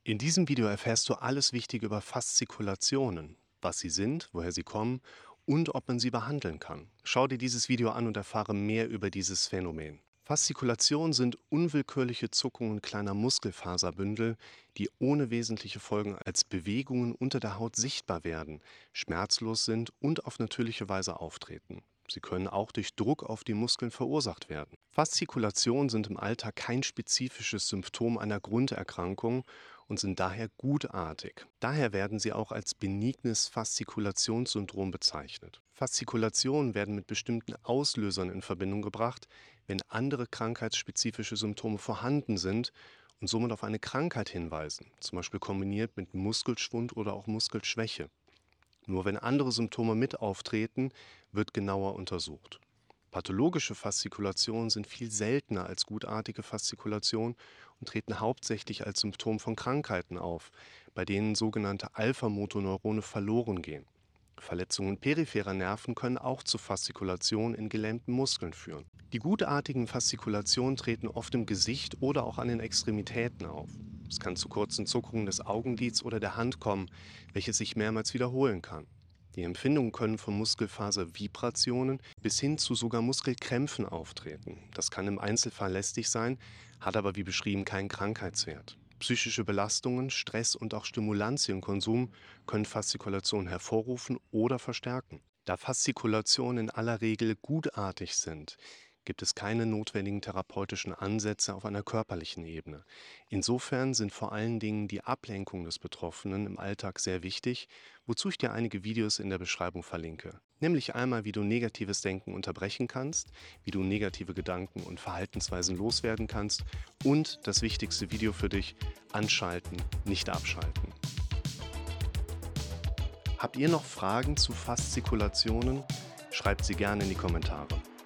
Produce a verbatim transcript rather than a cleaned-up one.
In diesem Video erfährst du alles Wichtige über Faszikulationen, was sie sind, woher sie kommen und ob man sie behandeln kann. Schau dir dieses Video an und erfahre mehr über dieses Phänomen. Faszikulationen sind unwillkürliche Zuckungen kleiner Muskelfaserbündel, die ohne wesentliche Folgen als Bewegungen unter der Haut sichtbar werden, schmerzlos sind und auf natürliche Weise auftreten. Sie können auch durch Druck auf die Muskeln verursacht werden. Faszikulationen sind im Alltag kein spezifisches Symptom einer Grunderkrankung und sind daher gutartig. Daher werden sie auch als benignes Faszikulationssyndrom bezeichnet. Faszikulationen werden mit bestimmten Auslösern in Verbindung gebracht, wenn andere krankheitsspezifische Symptome vorhanden sind und somit auf eine Krankheit hinweisen, zum Beispiel kombiniert mit Muskelschwund oder auch Muskelschwäche. Nur wenn andere Symptome mit auftreten, wird genauer untersucht. Pathologische Faszikulationen sind viel seltener als gutartige Faszikulationen und treten hauptsächlich als Symptom von Krankheiten auf, bei denen sogenannte Alpha-Motoneurone verloren gehen. Verletzungen peripherer Nerven können auch zu Faszikulationen in gelähmten Muskeln führen. Die gutartigen Faszikulationen treten oft im Gesicht oder auch an den Extremitäten auf. Es kann zu kurzen Zuckungen des Augenlids oder der Hand kommen, welches sich mehrmals wiederholen kann. Die Empfindungen können von Muskelfaservibrationen bis hin zu sogar Muskelkrämpfen auftreten. Das kann im Einzelfall lästig sein, hat aber wie beschrieben keinen Krankheitswert. Psychische Belastungen, Stress und auch Stimulantienkonsum können Faszikulationen hervorrufen oder verstärken. Da Faszikulationen in aller Regel gutartig sind, gibt es keine notwendigen therapeutischen Ansätze auf einer körperlichen Ebene. Insofern sind vor allen Dingen die Ablenkung des Betroffenen im Alltag sehr wichtig, wozu ich dir einige Videos in der Beschreibung verlinke. Nämlich einmal, wie du negatives Denken unterbrechen kannst, wie du negative Gedanken und Verhaltensweisen loswerden kannst und das wichtigste Video für dich: anschalten, nicht abschalten. Habt ihr noch Fragen zu Faszikulationen? Schreibt sie gerne in die Kommentare.